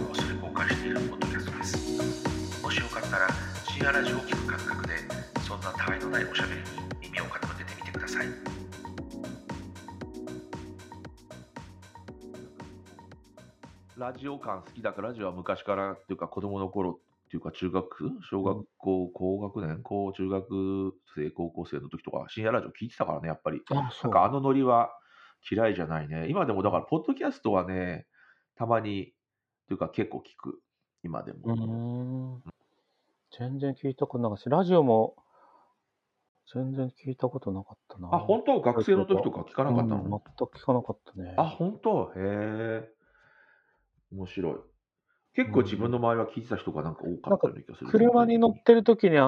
をすぐ公開しているポッドキャストです。もしよかったら深夜ラジオを聞く感覚で、そんなたわいのないおしゃべりに耳を傾けてみてください。ラジオ感好きだから、ラジオは昔からっていうか子供の頃っていうか中学、小学校、高学年、中学生、高校生の時とか深夜ラジオ聞いてたからね、やっぱり。 あ、 なんそうかあのノリは嫌いじゃないね。今でもだから、ポッドキャストはね、たまに、というか結構聞く。今でも。 全然聞いたことなかったし、ラジオも全然聞いたことなかったな。 あ、本当？学生の時とか聞かなかったの？ 全く聞かなかったね。 あ、本当？へえ。面白い。結構自分の周りは聞いてた人がなんか多かなんかったような気がする、全車に乗っ体的に。 てる時に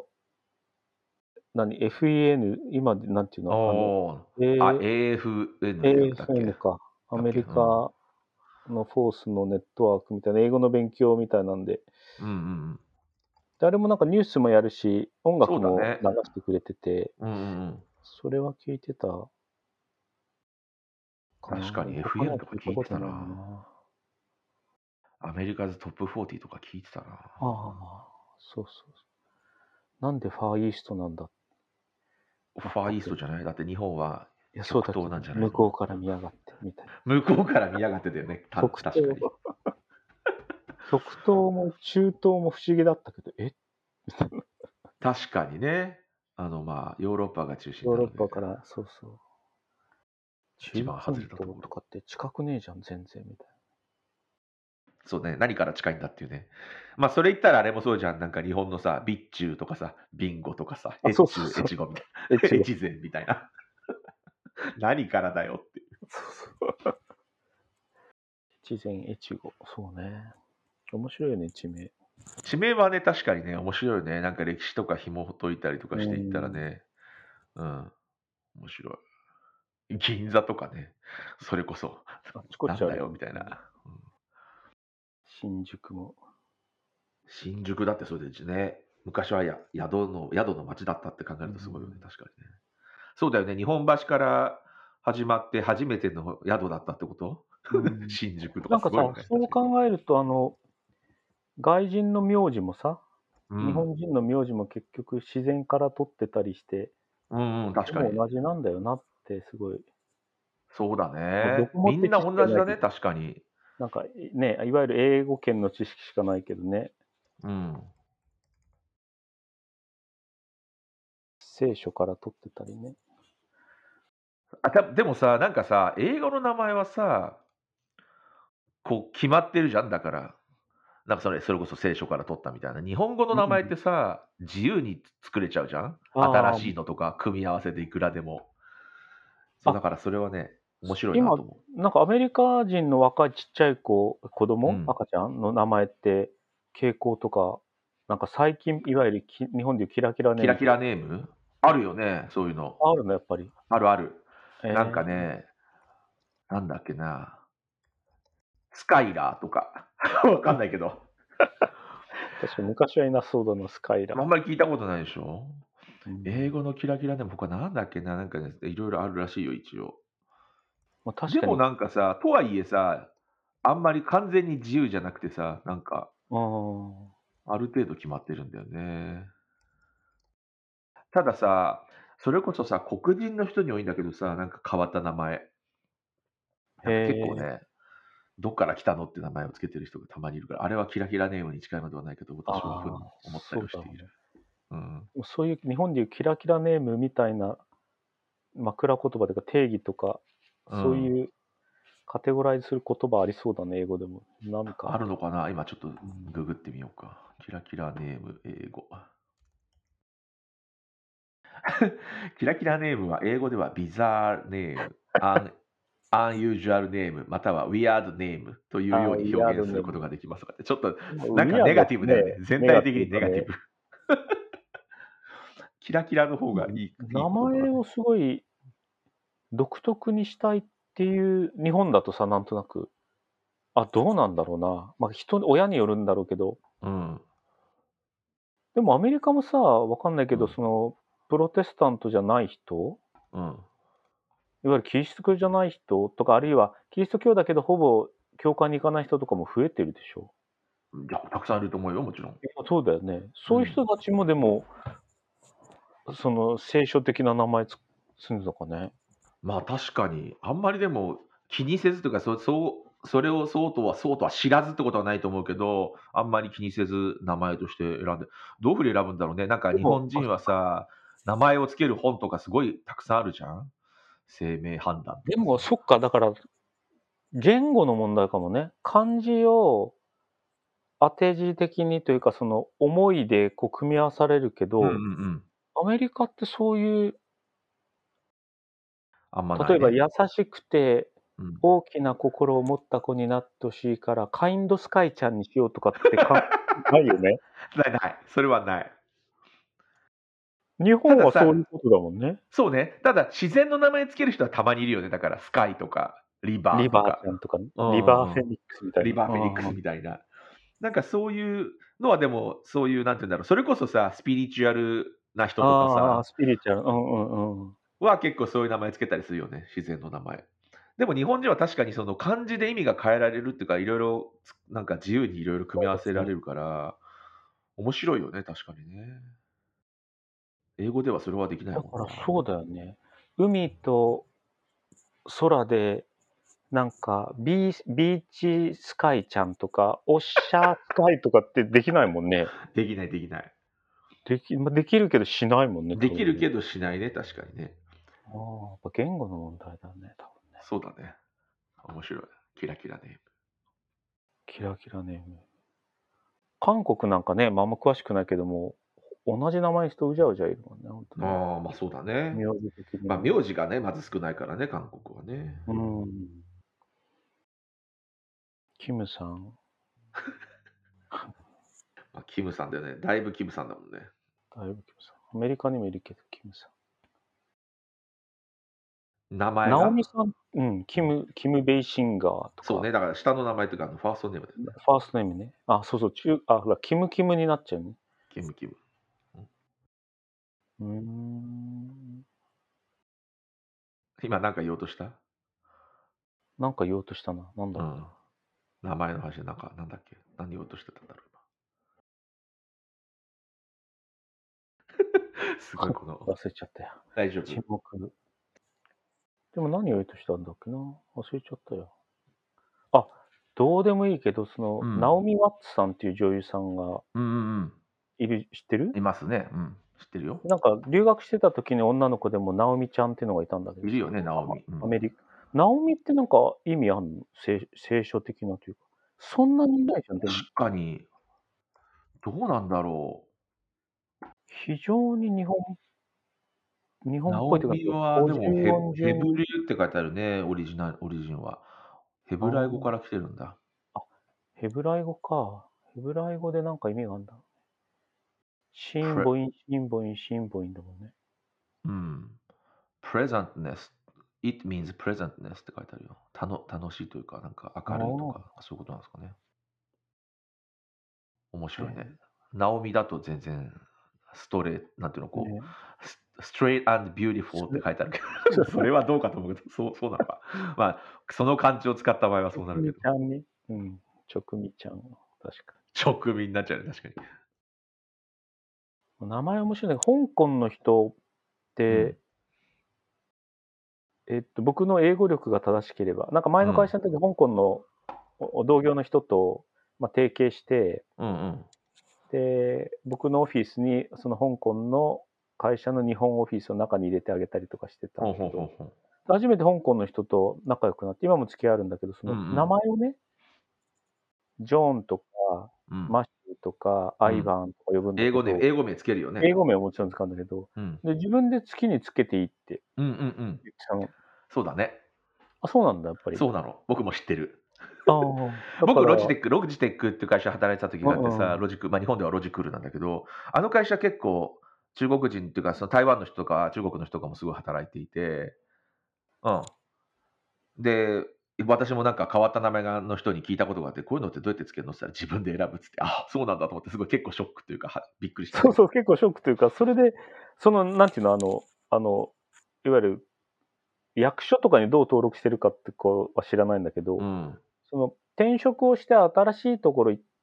FEN、今なんていうの、 AFN ってやったっけ？ AFN か。アメリうん。 カのフォースのネットワークみたいな、英語の勉強みたいなんで、 うんうんうん。 で、あれもなんかニュースもやるし、音楽もそうだね。 流してくれてて、 うんうんうん。 それは聞いてたかな。 確かに他の FN はとか聞いて聞いたことないたな。 な。 アメリカズトップ40とか聞いてたな。 ああ、そうそうそう。なんでファーイーストなんだ。 ファーイーストじゃない？だって日本はいや、そう極だけど、 東なんじゃない向こうの？ から見やがってみたいな。 向こうから見やがってだよね。 極東、 確かに。 極東も中東も不思議だったけど、みたいな。 確かにね。ヨーロッパが中心ヨーなので、 ロッパから、そうそう。中一番外近れたところ。 東とかって近くねえじゃん、全然、みたいそうね、何から近いんだっていうね。まあ、それ言ったらあれもそうじゃん。なんか日本のさ、備中とかさ、ビンゴとかさ、 な。あ、そうそう越中、 そう。 越後みたいな。 越後。 越前みたいな。何からだよっていう。 そうそう。越前、越後。そうね。面白いよね、地名。 地名はね、確かにね、面白いよね。なんか歴史とか紐解いたりとかしていったらね、面白い。銀座とかね、それこそ、 あっちこっなんだよちあるよね。 みたいな。 新宿も。 新宿だってそうですね。昔は宿の町だったって考えるとすごいよね、確かにね。そうだよね、日本橋から始まって初めての宿だったってこと？新宿となんかさ、 かすごいよね、 そう確かに。 考えると、外人の名字もさ、日うん。 本人の名字も結局自然から取ってたりして、 うんうん、確かに。 でも同じなんだよなってすごい、 そうだもうどね。 こもって知みんな同じだね、 識はないけど、 確かに。 なんかね、いわゆる英語圏の知識しかないけどね、 うん。 聖書から取ってたりね。 でもさ、なんかさ、英語の名前はさ、こう決まってるじゃん、だから。なんかそれこそ聖書から取ったみたいな。日本語の名前ってさ、自由に作れちゃうじゃん？新あしいのとか組み合わせていくらでも。そう、だあ、 からそれはね、面白いな今、 と思なんかアメリカ人の若いちっちゃい子う。う供、 ん。 赤ちゃんの名前って、傾向とか、なんか最近、いわゆる日本でいうキラキラネームとか、 キラキラネーム？あるよね、そういうの。 あるの、やっぱり。 あるある。なんかえね、なんだっけな、スカイラーとか。わかんないけど。 確かに昔はいなそうだな、スカイラー。 あんまり聞いたことないでしょ？ うん。 英語のキラキラネーム、他なんだっけな、なんかね、いろいろあるらしいよ、一応。 まあ、確でもかに、 なんかさ、とはいえさ、あんまり完全に自由じゃなくてさ、なんか、 ああ、 ある程度決まってるんだよね。たださ、それこそさ、黒人の人に多いんだけどさ、なんか変わった名前。 へなんか結構え。 ね、どっから来たのって名前をつけてる人がたまにいるから、あれはキラキラネームに近いのではないかと私はああ、 思ったりをしている。 そうだろうね。 うん。 そういう日本でいうキラキラネームみたいな枕言葉とか定義とか、 うん。 そういうカテゴライズする言葉ありそうだね、英語でも。なんか、 あるのかな、今ちょっとうん、 ググってみようか。キラキラネーム、英語。キラキラネームは英語ではビザーネーム、アンユージュアルネーム、またはウィアードネームというああ、 ようにウィアー表ドネーム。 現することができますが、ちょっとまあ、 なんかネガウィアードってね、 ティブだよね。全ネガ体的ティブだね。 にネガティブ。キラキラの方がいい名言葉だね。 前をすごい独特にしたいっていう日本だとさ、なんとなく、どうなんだろうな。まあ、親によるんだろうけど、 うん。 でもアメリカもさ、わかんないけど、 うん。 プロテスタントじゃない人、 うん。 いわゆるキリスト教じゃない人とか、あるいはキリスト教だけどほぼ教会に行かない人とかも増えてるでしょ。 いや、たくさんいると思うよ、もちろん。 そうだよね。そういう人たちもでも、その聖書的な名前するのかね。 まあ確かに、あんまりでも気にせずというか、それをそうとは知らずってことはないと思うけど、あんまり気にせず名前として選んで、どういうふうに選ぶんだろうね。なんかでも、 日本人はさ、名前をつける本とかすごいたくさんあるじゃん。生命判断とでかさ。 もそっか、だから言語の問題かもね。漢字を当て字的にというか、その思いでこう組み合わされるけうんうんど、 うん。 アメリカってそういう、 あんまないね。 例えば優しくてうん。 大きな心を持った子になってほしいから、カインドスカイちゃんにしようとかってないよね。 ないない。それはない。 日本はそうたださ、 いうことだもんね。 そうね。ただ自然の名前つける人はたまにいるよね。だからスカイとかリバリバーーとか。 ちゃんとか、 うんリバーうんうん。 フェニックスみたいな。 リバーフェニックうんうん。 スみたいな。なんかそういうのはでも、そういうなんて言うんだろう、それこそさ、スピリチュアルな人とかああ、 さ、 スピリチュアル。うんうんうん。 は結構そういう名前つけたりするよね、自然の名前。でも日本人は確かにその漢字で意味が変えられるっていうか、いろいろなんか自由にいろいろ組み合わそうですね。 せられるから、面白いよね、確かにね。英語ではそれはできないだからもんな。 そうだよね。海と空で、なんか、ビーチスカイちゃんとか、オッシャースカイとかってできないもんね。 できないできない。 できるけどしないもんね、多分ね。 できるけどしないね、確かにね。 ああ、やっぱ言語の問題だね、多分ね。 そうだね。面白い。キラキラネーム。 キラキラネーム。韓国なんかね、まあ、あんま詳しくないけども、同じ名前の人うじゃうじゃいるもんね、ほんとね。 ああ、ま、そうだね。 名字的にま、 も。 名字がね、まず少ないからね、韓国はね。 うーん。キムさん、 ま、キムさんだよね。だいぶキムさんだもんね。 だいぶキムさん。アメリカにもいるけど、キムさん。ナオ名前が？ ミさん、うん、 うん。 キム・ベイシンガーとか、 そうね、だから下の名前というか、ファーストネームだよね。 ファーストネームね。あ、そうそう、ほら、キムキムになっちゃうね。 キムキム。うん。 うーん。 今なんか言おうとした？ なんか言おうとしたな。なんだろうん。名前の話でなんか、なんだっけ？何言おうとしてたんだろう今。すごいこのう。忘れちゃったよ。 大丈夫？ 沈黙。でも何を言おうとしたんだっけな。忘れちゃったよ。あ、どうでもいいけど、その、ナうん。 オミ・ワッツさんっていう女優さんがうんうんうん。 知ってる？ いますね。うん。知ってるよ。 なんか留学してた時に女の子でもナオミちゃんっていうのがいたんだけどさ、 いるよね、ナオミ。うん。 アメリカナオミってなんか意味あんの？聖書的なというか。そんなにいないじゃん、でも。 確かに、どうなんだろう。 非常に日本っぽいというか、 ナオミはで 50、 もヘ 40人。 ブルって書いてあるね、オリジンは。ヘあブライ語かあ、 ら来てるんだ。 ヘブライ語か。ヘブライ語でなんか意味があんだ。シン pre ボイン、シンボイン、シンボインだもんね。 うん。presentness。it means presentness って書いてあるよ。楽しいというか、なんかあ明るいとか、 あ、 そういうことなんですかね。面白いね。 ねナオミだと全然なんていうの、こね。 う、straight and beautiful って書いてあるけど、それはどうかと思うけど、そうなのか。まあ、その漢字を使った場合はそうなるけど、 ちゃんに、うん、チョクミちゃん、確か直民になっちゃうね、確かに。 に。名前面白いね。香港の人っうん。 て、僕の英語力が正しければ、なんか前うん。 の会社の時、香港の同業の人と、まあ、提携して、 うんうん。 で、僕のオフィスに、その香港の会社の日本オフィスを中に入れてあげたりとかしてたんほうだけど、 ほうほうほう。 初めて香港の人と仲良くなって、今も付き合いあるんだけど、その名うんうん。 前をね、ジョーンとか、 うん。 マシューとか、アイうん。 バーンとか呼ぶんだけど、 英語名つけるよね。 英語名はもちろん使うんだけど、 うん。 で、自分で好きにつけていいってうんうんうん。 言ってたの。 そうだね。 あ、そうなんだ、やっぱり。 そうなの。僕も知ってる。 ああ、だか僕、 ら、 ロジテックっていう会社で働いてた時うんうん。 があってさ、まあ、日本ではロジクールなんだけど、あの会社結構中国人っていうか、その台湾の人とか中国の人とかもすごい働いていて、うん。で、私もなんか変わった名前の人に聞いたことがあって、こういうのってどうやってつけるのって言ったら自分で選ぶっつって、あ、そうなんだと思ってすごい結構ショックというか、びっくりしたね。 そうそう、結構ショックというか、それで、その、なんていうの、いわゆる役所とかにどう登録してるかってこうは知らないんだけど、 うん。 その転職をして新しいところ行って、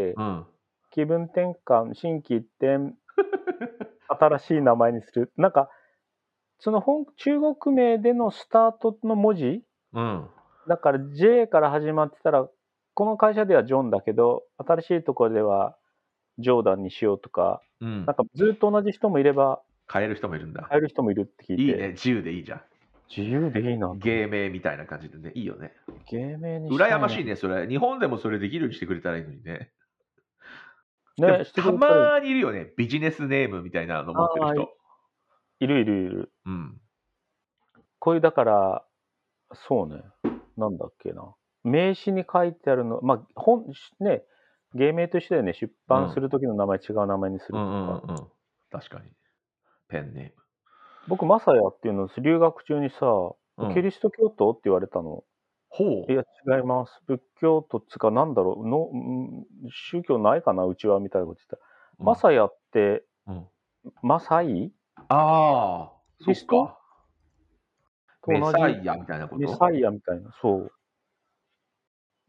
うん。 気分転換、心機一転、新しい名前にする。なんか、その中国名でのスタートの文字うん。 だから J から始まってたら、この会社ではジョンだけど、新しいところではジョーダンにしようとか、 うんなんかずっと同じ人もいれば、 変える人もいるんだ。 変える人もいるって聞いて、 いいね。自由でいいじゃん。 自由でいいなと思って。 芸名みたいな感じでね。いいよね。 芸名にしたいな。 羨ましいね、それ。日本でもそれできるようにしてくれたらいいのにね。でもね、してくたれたらいい。 まにいるよね。ビジネスネームみたいなの持ってるああ、 人。 いるいるいる。 うん。 こういうだから、そうね、なんだっけな。名刺に書いてあるの、まあ、ね、芸名としてはね、出版する時の名前違う名前にするとうんうんか。 うんうん。確かに。ペンネーム。 僕、マサヤっていうの留学中にさ、 うんキリスト教徒って言われたの。 ほいや、違います。仏教徒っつうか、なんだろう、宗教ないかな、うちはみたいなこと言ってた。 う。 マサヤって、 うん。 マサイああ、 キリストそっか。 と同じメサイアみたいなことメサイヤみたいな、そう。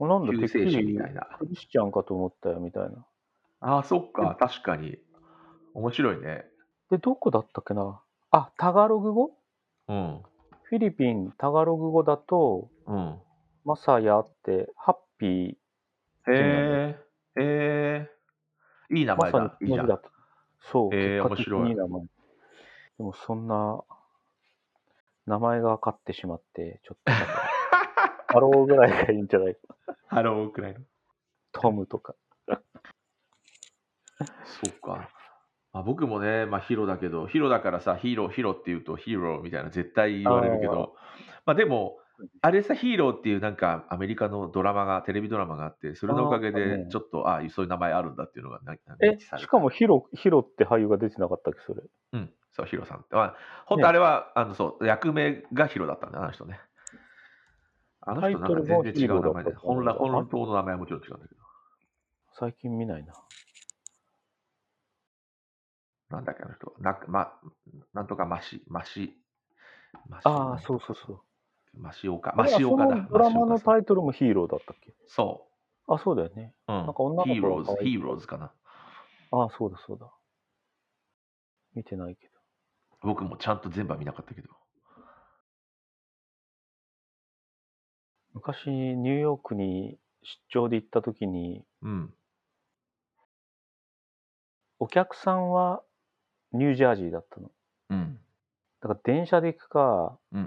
なんだ、てっき救世主みりたいな。 クリスチャンかと思ったよみたいな。 ああ、そっで、 か。確かに。面白いね。 どこだったっけな。あ、タガログ語うん。 フィリピン、タガログ語だと、 うん。 マサヤってハッピーって意味なんだよ。 へえ、へえ。いい名まさに前だ。いいじゃん。 文字だった。そう、結へえ、 果的面白い。 にいい名前。でもそんな名前がかってしまって、ちょっとだから、ハローぐらいがいいんじゃないか。 ハローくらいの。 トムとか。 そうか。僕もね、ヒロだけど、ヒロだからさ、ヒーローって言うとヒーローみたいな絶対言あわれるけあ、 ど、でも、あれさ、ヒーローっていうなんかアメリカのテレビドラマがあって、それのおああかげでね。 ちょっと、そういう名前あるんだっていうのが認知された。 しかもヒロって俳優が出てなかったっけ、それ。 うん、そう、ヒロさんって。本当あね、 れは、そう、役名がヒロだったんだよ、あの人ね。あのタイ人なんトルもか全然違ヒーローだったう名前で、 と思うんだ。 本当の名前はもちろん違うんだけど。 最近見ないな。 なんだっけ、あの人。なんとかマシああ、 なんとかそう。 そうそうそう。あれはそマシオカだ、 のドラマのマシオカさん。 タイトルもヒーローだったっけ？ そあ、そうだよね。 う。うん。 なんか女の子が可愛いヒー子だ。 ローズかな。 ああ、そうだそうだ。見てないけど。 僕もちゃんと全部は見なかったけど。 昔ニューヨークに出張で行った時に、 うん。 お客さんはニュージャージーだったの。 うん。 だから電車で行くか、 うんうん。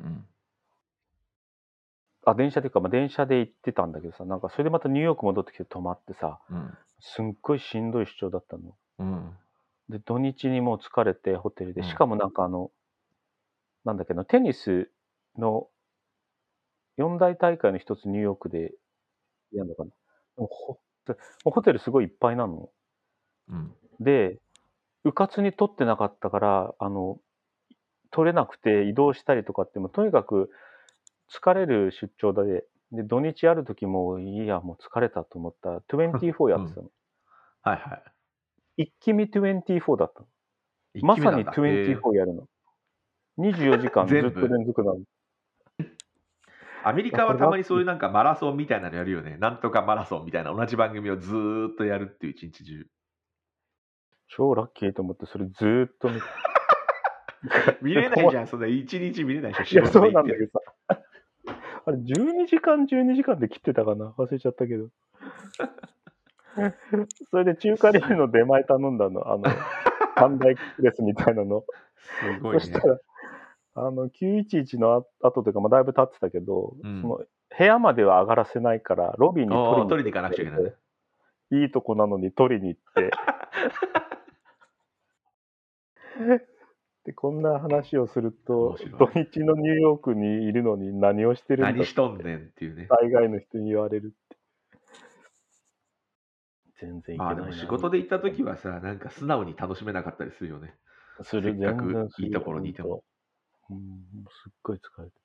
電車で行くか、電車で行ってたんだけどさ、なんかそれでまたニューヨーク戻ってきて泊まってさ、 うん。 すっごいしんどい出張だったの。 うん。 で、土日にもう疲れてホテルで、 うん。 しかもなんかなんだっけな、テニスの四大大会の一つニューヨークでやるのかな。もうホテルすごいいっぱいなの。 うん。 で、うかつに取ってなかったから、取れなくて移動したりとかって、もうとにかく疲れる出張で、土日ある時も、いいや、もう疲れたと思ったら、24やうん。 ってたの。 はいは一気見24だったの。 い。一まさに気目なんだ。 24やるの。24時間ずっと全部。 連続なの。 アメリカこはたまにれラッキー。 そういうなんかマラソンみたいなのやるよね。なんとかマラソンみたいな同じ番組をずーっとやるっていう一日中。 超ラッキーと思って、それずーっと見て。 見れないじゃん、そんな一日見れないでしょ、仕いや、 事そうで行ってる。 なんだけどさ。あれ、12時間で切ってたかな忘れちゃったけど。それで中華料理の出前頼んだの。パンダエクスプレスみたいなの。 すごいね。 そしたら、911の後というか、だいぶ経ってたけど、 うん。 その、部屋までは上がらせないから、ロビーに取りに取りに行かなくちゃいけないね。 いいとこなのに取りに行って、で、こんな話をすると、 面白い。 土日のニューヨークにいるのに何をしてるんだ何ってしとんねんっていうね。 大概の人に言われるって。全然いけでないな。 も仕事で行った時はさ、なんか素直に楽しめなかったりするよね。 する、 せっか全然するよ、 くいいところほんと。 にいても。 すっごい疲れて。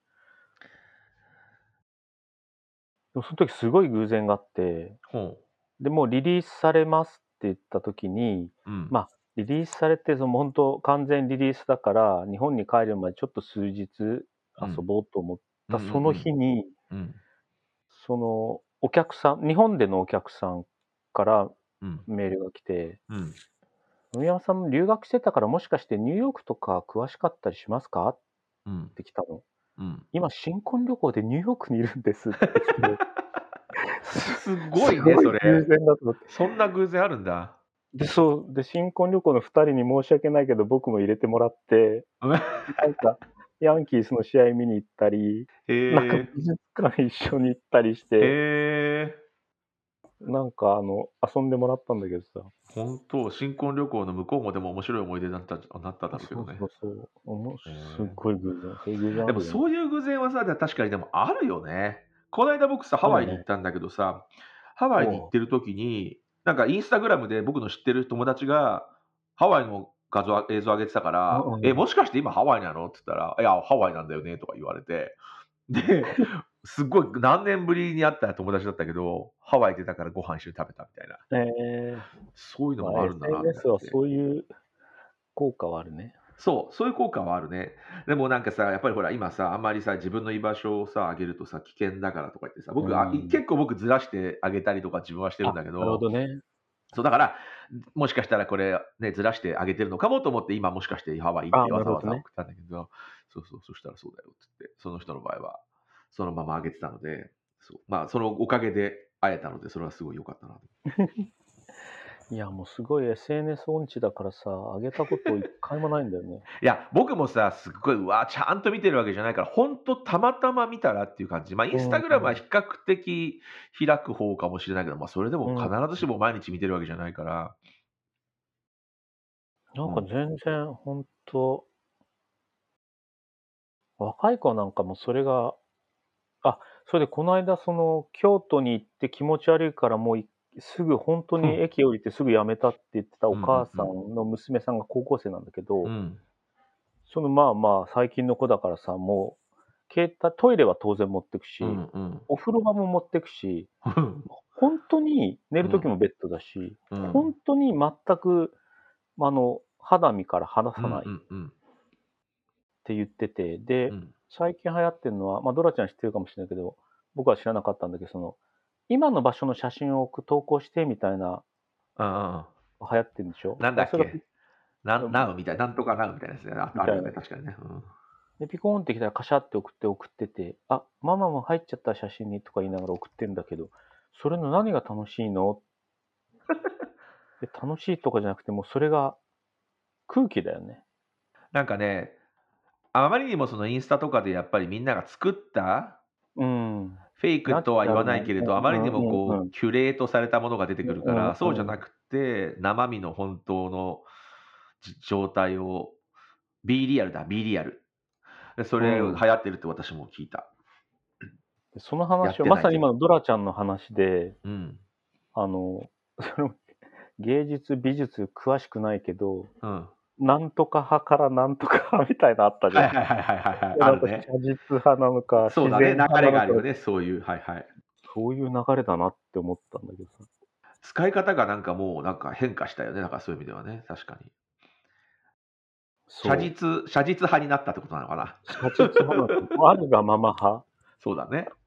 でもその時すごい偶然があって、 ほう。 で、もうリリースされますって言った時に、 うん。 リリースされて、本当完全リリースだから、日本に帰るまでちょっと数日遊ぼうと思ったその日に、 うん。 その日本でのお客さんからうん。 メールが来て、 うん。 野山さんも留学してたからもしかしてニューヨークとか詳しかったりしますかっうん。 て来たの。 うん。 今新婚旅行でニューヨークにいるんですって来て、 すごすいね、 ごい偶それ。 然だと思って。 そんな偶然あるんだ。 で、新婚旅行の2人に申し訳ないけど、僕も入れてもらって、なんか、ヤンキースの試合見に行ったり、なんかへ美術館一緒に行ったりしえ。 て、 へえ。 なんか遊んでもらったんだけどさ。 本当、新婚旅行の向こうもでも面白い思い出になっただろうけそうどね。 そうそう。 へすっえ。 ごい偶然。そういう偶然あでもるよね。 そういう偶然はさ、確かにでもあるよね。この間僕さ、ハあるね。 ワイに行ったんだけどさ、ハワイに行おう。 ってる時に、なんかインスタグラムで僕の知ってる友達が、ハワイの映像上げてたから、 うんうん。 もしかして今ハワイなのって言ったら、いや、ハワイなんだよねとか言われて、で、すっごい何年ぶりに会った友達だったけど、ハワイでだからご飯一緒に食べたみたいな。 えそういうのまあ、 もあるんだなと思っ SNS はて。 そういう効果はあるね。 そう、そういう効果はあるね。でもなんかさ、やっぱりほら、今さ、あんまりさ、自分の居場所をさ、上げるとさ、危険だからとか言ってさ、 うん。 結構僕ずらしてあげたりとか自分はしてるんあ、 だけなるほど、 どね。 そうだから、もしかしたらこれね、ずらしてあげてるのかもと思って、今もしかしてハワイ行っあ、 てわざわなるほどね。 ざ送ったんだけど、そうそう、そしたらそうだよって言って、その人の場合は、そのままあげてたので、そう、まあ、そのおかげで会えたので、それはすごい良かったなと。 いや、もうすごい SNS 音痴だからさ、上げたこと一回もないんだよね。 いや、僕もさ、すっごい、うわ、ちゃんと見てるわけじゃないから、ほんとたまたま見たらっていう感じ。ま、インスタグラムはうん、 比較的開く方かもしれないけど、それでも必うん。 ずしも毎日見てるわけじゃないから、 なんかうん。 全然ほんと、若い子なんかもそれがそれでこの間京都に行って気持ち悪いからもうすぐほんとにふん。 駅降りてすぐ辞めたって言ってたおうんう母さんうん。 んの娘さんが高校生なんだけど、 うん。 まあまあ、最近の子だからさ、もう、トイレは当然持ってくうし、 んうん。 お風呂場も持ってくし、 ふん。 ほんとに寝る時うん。 もベッドだし、 うん。 ほんとに全く、肌身から離うんうさないっんうん。 て言ってて、で、 うん。 最近流行ってんのは、ドラちゃん知ってるかもしれないけど、僕は知らなかったんだけど、今の場所の写真を投稿してみたいな、 うんうんうん。 流行ってるんでしょ？ なんだっけ、 うん、 ナウみたいなんとかナウみたいなやつね。あるよね、 みたいな。 確かにね。うん。 で、ピコーンって来たらカシャって送ってて、あ、ママも入っちゃった写真にとか言いながら送ってんだけど、それの何が楽しいの？楽しいとかじゃなくて、もうそれが空気だよね。 なんかね、あまりにもそのインスタとかでやっぱりみんなが作ったうん。 フェイクナチとは言わュラルな、 ないけれど、あまりにもうん。 キュレートされたものが出てくるかうんら、そうじゃうん。 なくて、生身の本当の状態を、B リアルだ、B リアル。で、それ流うん。 行ってるって私も聞いた。 で、そのやっ話をまさにてないけど。 今のドラちゃんの話で、 うん。 あの、その芸術、美術詳しくないけど、 うん。 なんとか派からなんとか派みたいなあったじゃん。 はいはいはいはいはいはい。 で、なんか写あるね。 実派なのか、 そうだね、 自然流派なのか、 れがあるよね、そういう、はいはい。 そういう流れだなって思ったんだけどさ。 使い方がなんかもうなんか変化したよね、だからそういう意味ではね、確かに。 そう。 写実派になったってことなのかな。 写実派なのか、もうあるがまま派。 そうだね。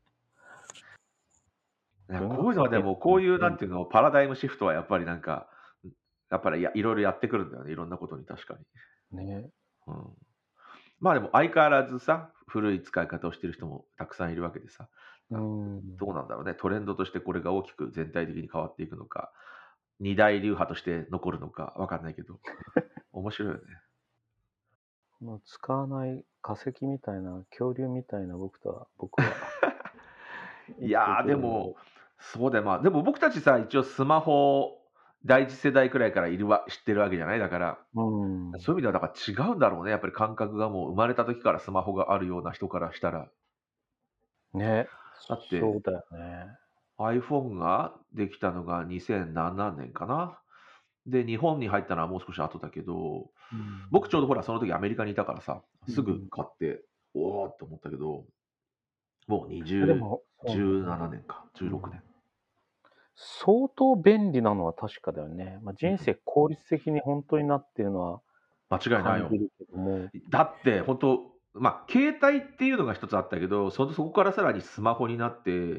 文こういうのはで学作品も、こういうな全部んていうの、パラダイムシフトはやっぱりなんか、やっぱりいろいろやってくるんだよね、いろんなことに確かに。 ね。 うん。まあでも相変わらずさ、古い使い方をしてる人もたくさんいるわけでさ、 うーあん。 どうなんだろうね、トレンドとしてこれが大きく全体的に変わっていくのか、二大流派として残るのかわかんないけど、面白いよね。 使わない化石みたいな、恐竜みたいな僕は生きていいやー、 けるんだろでも、そうだよ、でも僕たちさ、一応スマホ第一世代くらいから知ってるわけじゃない？だから、 う。うーん。 そういう意味ではだから違うんだろうね、やっぱり感覚がもう生まれた時からスマホがあるような人からしたら。 ね、 だって、 そうだよね。 iPhone ができたのが2007年かな。で、日本に入ったのはもう少し後だけど、 うん。 僕ちょうどほら、その時アメリカにいたからさ、すぐうん。 買って、おおって思ったけど、もうでも、そうだよ 17 ね。 年か、16 うん。 年。 相当便利なのは確かだよね。 うん、 人生効率的にほんとになってるのは間違いないよ。 感じるけども、 だって本当、携帯っていうのが一つあったけど、そこからさらにスマホになって、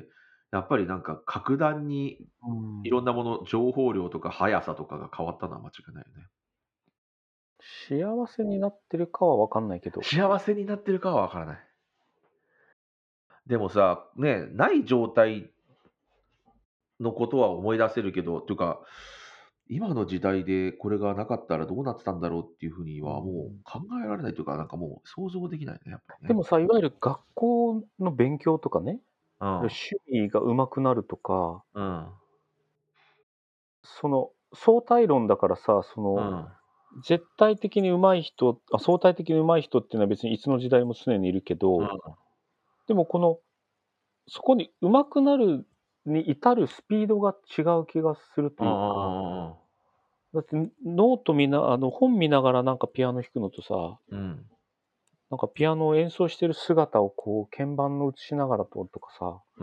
やっぱりなんか格段にうん。 いろんなもの、情報量とか速さとかが変わったのは間違いないよね。 幸せになってるかは分かんないけど。 幸せになってるかはわからない。でもさ、ね、ない状態のことは思い出せるけど、というか、今の時代でこれがなかったらどうなってたんだろうっていうふうにうはもうん。 考えられないというか、なんかもう想像できないね、やっぱりね。 でもさ、いわゆる学校の勉強とかね、 うん。 趣味が上手くなるとか、 うん。 その相対論だからさ、 うん。 絶対的に上手い人、相対的に上手い人っていうのは別にいつの時代も常にいるけど、 うん。 でもそこに上手くなるに至るスピードが違う気がするとうんういうか、 んうんだってノート本見ながらなんかピアノ弾くのとさ、 うん。うん。 なんかピアノを演奏してる姿を鍵盤の映しながらとかさ、 うん。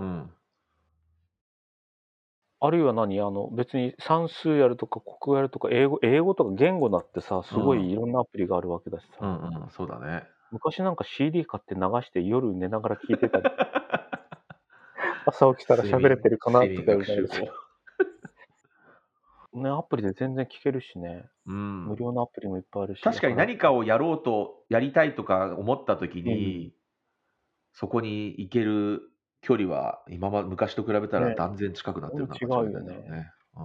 あるいは別に算数やるとか国語やるとか英語とか言語だってさ、すごいいろんなアプリがあるわけだしさ、 うんうん、そうだね。 昔なんか CD 買って流して夜寝ながら聴いてたり、朝起きたら喋れてるかな睡眠とかいうので、 学習法。 ね、アプリで全然聴けるしね。 うん。 無料のアプリもいっぱいあるし、 確かにだから、 何かをやろうと、やりたいとか思った時うん、 に、そこに行ける距離は、昔と比べたらね、 断然近くなってるのは全然間違いないだろう違うよね。 ね。うん。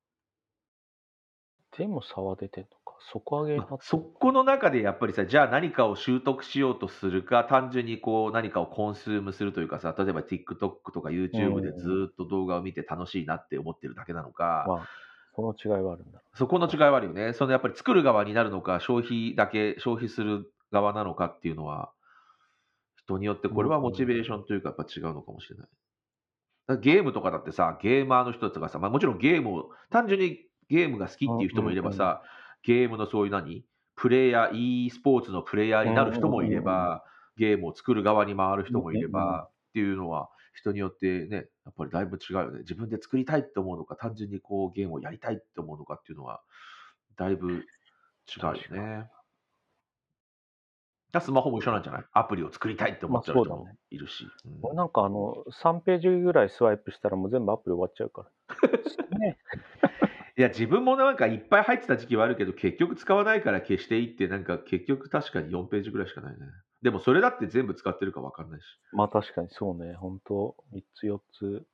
でも差は出てんのか。底上げになってそんのか。 この中でやっぱりさ、じゃあ何かを習得しようとするか、単純にこう何かをコンスームするというかさ、例えば TikTok とかう YouTube でずん、 ーっと動画を見て楽しいなって思ってるだけなのか、 まあ、その違いはあるんだろそこの違いうね、確かはあるよね。そのやっぱり作る側になるのか、消費する側なのかっていうのは、人によってに。うんこれはモチベーションというかやっぱ違うのかもしれない。ゲームとかだってさ、ゲーマーの人とかさ、もちろん単純にゲームが好きうんっていう人もいれうんうん。 ばさ、ゲームのそういうプレイヤー、e スポーツのプレイヤーになるうんうん人もいれうんうん。 ば、ゲームを作る側に回るうん人もいれうんうん。 ばっていうのは、人によってね、やっぱりだいぶ違うよね。自分で作りたいって思うのか、単純にこうゲームをやりたいって思うのかっていうのは、だいぶ違うよ確かに。 ね。スマホも一緒なんじゃない？アプリを作りたいって思っちゃう人もそうだね。 いるし。うん。 俺なんか3ページぐらいスワイプしたらもう全部アプリ終わっちゃうから。少ねいや、自分もなんかいっぱい入ってた時期はあるけど、結局使わないから消していって、なんか結局確かに4ページぐらいしかないね。でもそれだって全部使ってるか分かんないし、 ま、確かにそうね、ほんと、3つ4つ。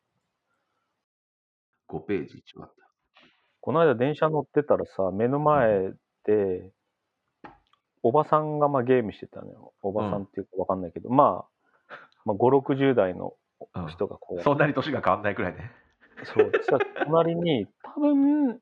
5ページ一応あった。 この間電車乗ってたらさ、目のうん。 前でおばさんが、ゲームしてたのよ。おばさんうん。 っていうか分かんないけど、5、60代のうん。 人がこうやっそんなにて年が変わんないくらいね。 そう、そしたら隣に多分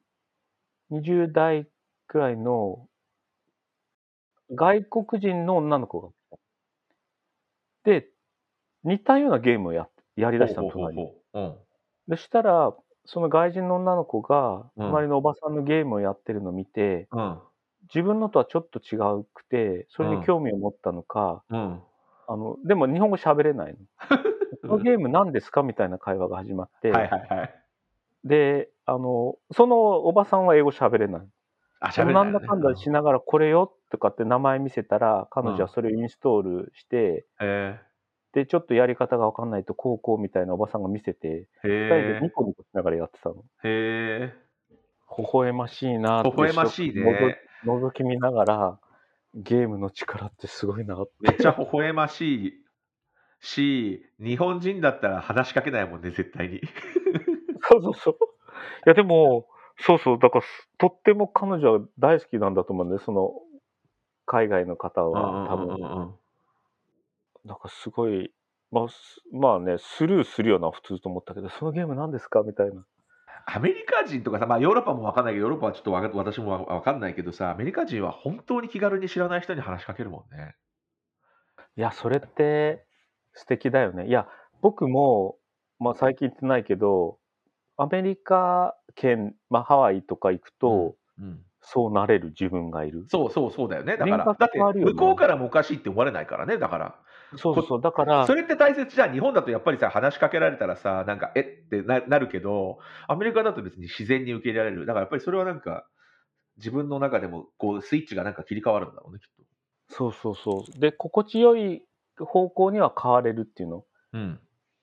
20代くらいの外国人の女の子がで、似たようなゲームをやりだしたの、 ほうほうほう隣で。 ほう。うん。 でしたら、その外人の女の子が、 うん。 隣のおばさんのゲームをやってるのを見て、 うん。 自分のとはちょっと違うくて、それにうん。 興味を持ったのか、 うん。 でも日本語喋れないの。 うん。 このゲーム何ですかみたいな会話が始まっはいて、 はいはい。 で、そのおばさんは英語喋れない。 あ、 でも喋れないよね。 なんだかんだうん。 しながら、これよとかって名前見せたら、彼うん。 女はそれをインストールして、 へえ。 で、ちょっとやり方が分かんないと、こうみたいなおばさんが見せて、 へ二人でニえ。 コニコしながらやってたの。 へえ。 微笑ましいなって微笑ましいね。 覗き見ながら、ゲームの力ってすごいなって。 めっちゃ微笑ましい日本人だったら話しかけないもんね、絶対に。 そうそうそう。いやでも、そうそう、だからとっても彼女は大好きなんだと思うんで、その海外の方うんうは多分。 んうんうんうん。 なんかすごい、まあね、スルーするよな、普通と思ったけど、そのゲーム何ですかみたいな。 アメリカ人とかさ、ヨーロッパもわかんないけど、ヨーロッパはちょっと私もわかんないけどさ、アメリカ人は本当に気軽に知らない人に話しかけるもんね。 いや、それって素敵だよね。いや、僕も、最近行ってないけど、アメリカ圏、ハワイとか行くうん、 と、 うん。 そうなれる自分がいる。 そうだよね。だから、 人格だって変わるよね。 向こうからもおかしいって思われないからね、だから。こそうそうそう。だから、 それって大切じゃん。日本だとやっぱりさ、話しかけられたらさ、なんか、えってなるけど、アメリカだと別に自然に受け入れられる。だからやっぱりそれはなんか、自分の中でもこうスイッチがなんか切り替わるんだろうね、きっと。 そうそうそう。で、心地よい方向には変われるっていうの。 うん。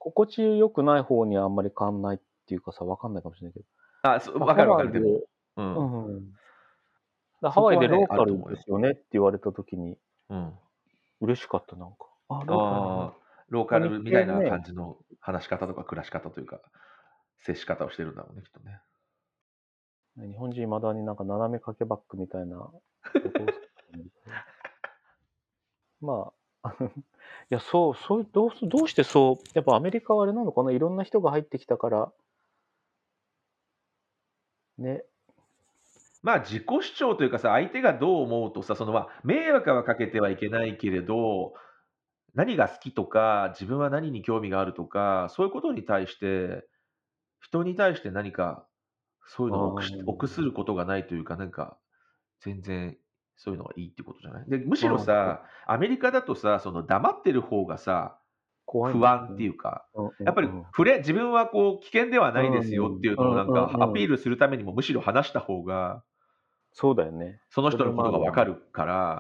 心地よくない方にあんまり変わんないっていうかさ、わかんないかもしれないけど。 あ、わハかるわかる、 ワイででも。ううん。 ん。ハそこはね、 ワイでローあカルでると思うよ。 すよねって言われた時にうん。 嬉しかった、なんか。あ、ローカルなんだ。 ああ、ローカ日ルみたいな系のね、 感じの話し方とか暮らし方というか、接し方をしてるんだろうね、きっとね。 日本人未だになんか斜め掛けバックみたいなお父さんまあ、いや、そういうどうしてそうやっぱアメリカはあれなのかな、いろんな人が入ってきたから、ね。 まあ、自己主張というかさ、相手がどう思うとさ、迷惑はかけてはいけないけれど、何が好きとか、自分は何に興味があるとか、そういうことに対して、人に対して何か、そういうあのを臆すあ、 ることがないというか、なんか、全然そういうのがいいってことじゃない？で、むしろああ、 さ、アメリカだとさ、黙ってる方がさ、 怖いん不安ってだよね。 いうか、 うんやっぱりうんうん。 自分はこう危険ではうないですよっていうのをん、うんなんかアうんうん。 ピールするためにも、むしろ話した方が、 そうだよね。 そのそれ人のことがもあるよね。 分かるから、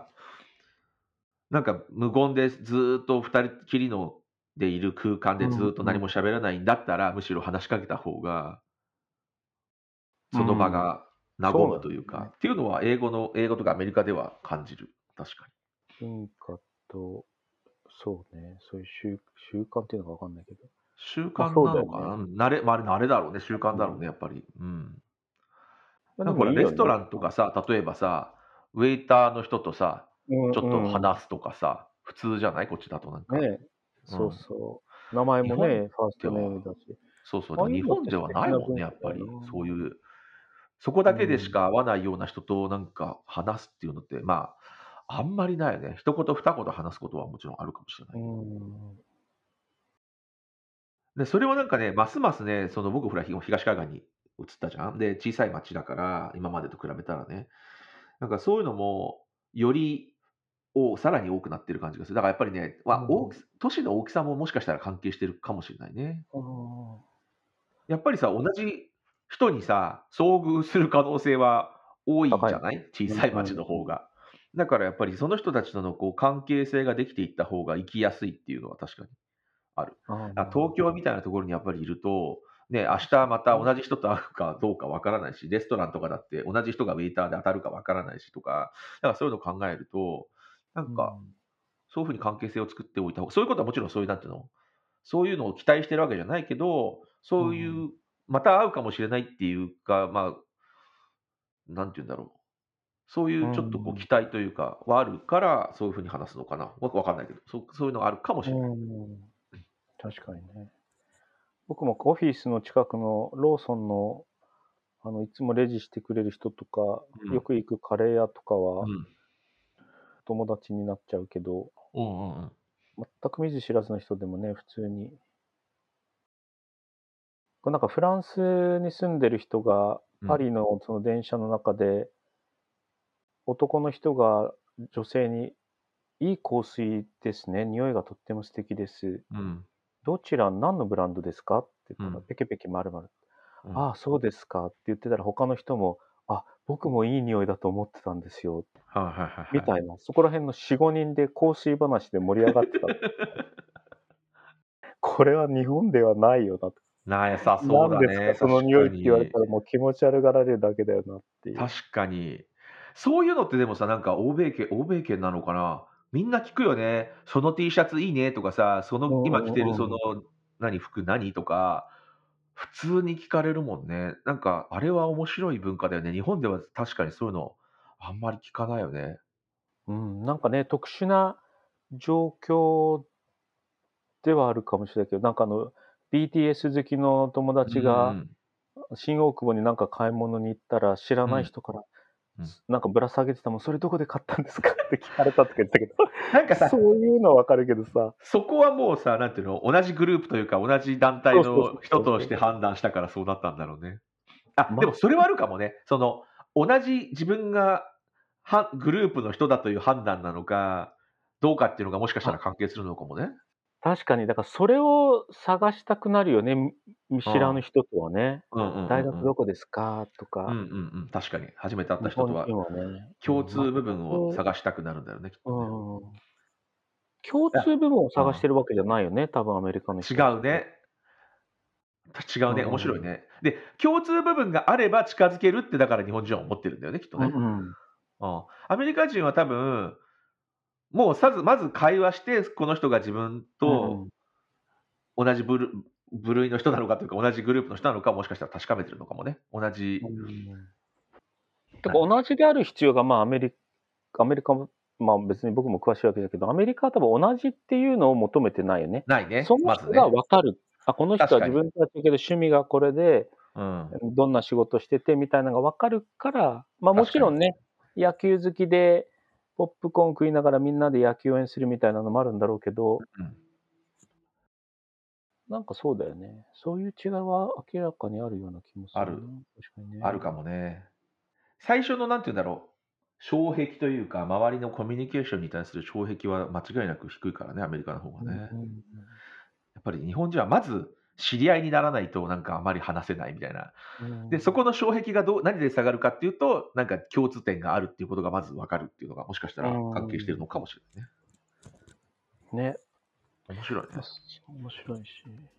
なんか無言でずーっと二人きりでいる空間でずーっと何も喋らないんだったら、むしろ話しかけた方が、その場うん。 が和そうむなんだよね。 というか、っていうのは英語とかアメリカでは感じる。確かに。 文化と、そうね、そういう習慣っていうのかわかんないけど。 習ま、 慣なのかな。 そうだよね。 あれ慣れだろうね、習慣うん。 だろうね、やっぱり。うん。 ま、でなんかほら、 もいいよね。 レストランとかさ、例えばさ、ウェイターの人とさ、ちょっとうんうん。 話すとかさ、普通じゃない？こっちだとなんか。 ね、そううん。 そう。名前日本もね、ファーストネームではだし。 そうそう、 ああいうのっ日本ではて素敵なないもんね、 文化だよな。 やっぱり。そういう、そこだけでしうん。 か会わないような人となんか話すっていうのって、あんまりないよね。一言二言話すことはもちろんあるかもしれなういけど。 ん。 で、それはなんかね、ますますね、僕ほら、東海岸に移ったじゃん。で、小さい町だから、今までと比べたらね。なんかそういうのも、よりさらに多くなってる感じがする。だからやっぱりね、 うん。 都市の大きさももしかしたら関係してるかもしれないね。 ああ。 やっぱりさ、同じ人にさ、遭遇する可能性は多い高い。 じゃない？小うんさい町うんうん。 の方が。だからやっぱりその人たちとのこう関係性ができていった方が生きやすいっていうのは確かにある。 あ東あ、 京みたいなところにやっぱりいると、ね、明日またそうね。 同じ人と会うかどうかわからないし、レストランとかだって同じ人がウェイターで当たるかわからないしとか、だからそういうのを考えると、なんか、 うん。 そういう風に関係性を作っておいた方がそういうことはもちろんそういうなんていうの、そういうのを期待してるわけじゃないけど、 うん。 そういう、また会うかもしれないっていうか、なんて言うんだろう。そういううちょっとこう期ん。 待というかはあるから、そういう風に話すのかな。わかんないけど、そういうのがあるかもしれない。 うん。確かにね。僕もオフィスの近くのローソンの、いつもレジしてくれる人とか、 うん。 よく行くカレー屋とかはうん。 友達になっちゃうけど、 うんうんうん。 全く見ず知らずの人でもね、普通に。なんかフランスに住んでる人が、 うん。 パリのその電車の中で、男の人が女性に、いい香水ですね。匂いがとっても素敵です。 うん。 どちら、何のブランドですかって言ったら、 うん。 ペケペケ丸々。 うん。 ああ、そうですかって言ってたら、他の人も、あ、僕もいい匂いだと思ってたんですよ、 はいはいはいはい。 みたいな、そこら辺の4、5人で香水話で盛り上がってた。これは日本ではないよなと。 なさそう何ですか、 だね、確その匂いって言われかに。 たらもう気持ち悪がられるだけだよなっていう。 確かに。そういうのってでもさ、なんか欧米圏なのかな。みんな聞くよね。その T シャツいいねとかさ、 うん今着てるうんうん。 服何とか、普通に聞かれるもんね。なんか、あれは面白い文化だよね。日本では確かにそういうの、あんまり聞かないよね。 うん、なんかね、特殊な状況ではあるかもしれないけど、なんかBTS 好きの友うん達がうん。 新大久保になんか買い物に行ったら、知らうん、 ない人から、 うん。 なんかぶら下げてたもん、それどこで買ったんですかって聞かれたとか言ってたけど、 なんかさ、 そういうのはわかるけどさ、 そこはもうさ、なんていうの、同じグループというか、同じ団体そうそうその人うそうそう。 として判断したからそうなったんだろうね。あ、でま、 もそれはあるかもね。同じ自分が、グループの人だという判断なのか、どうかっていうのがもしかしたらあ、 関係するのかもね。 確かにだからそれを探したくなるよね、見知らぬうん。 人とはね。 うんうんうんうん。 大学どこですかとか、 うんうんうん。確かに。初めて会った日人とは、 本人はね、うん、 共通部分を全く探したくなるんだよね、きっとね。 うん、共いや、 通部分をうん。 探してるわけじゃないよね、多分アメリカの違人たちって。 うね。 違うね、面白いね。で、共通部分があれば近づけるってだから日本人は思ってるんだよね、きっとね。うん。アメリカ人は多分、もうまず会話して、この人が自分と同じ部類の人なのかというか、同じグループの人なのか、もしかしたら確かめてるのかもね。同じ、 だから同じである必要が、アメリカも、別に僕も詳しいわけだけど、アメリカは多分同じっていうのを求めてないよね。 ないね、 その人がまずね。 分かる。この人は確かに。 自分たちだけど趣味がこれで、 うん。 どんな仕事しててみたいなのが分かるから、も確かに。 ちろんね、野球好きで、ポップコーン食いながらみんなで野球応援するみたいなのもあるんだろうけど、 うん。 なんかそうだよね。そういう違いは明らかにあるような気もするな。 ある。 確かにね。 あるかもね。最初のなんて言うんだろう、障壁というか、周りのコミュニケーションに対する障壁は間違いなく低いからね、アメリカの方がね。やっぱり日本人はまず知り合いにならないとなんかあまり話せないみたいな。で、そこの障壁が何で下がるかっていうと、なんか共通点があるっていうことがまず分かるっていうのが、もしかしたら関係してるのかもしれないね。 ね。 面白いね。 面白いし。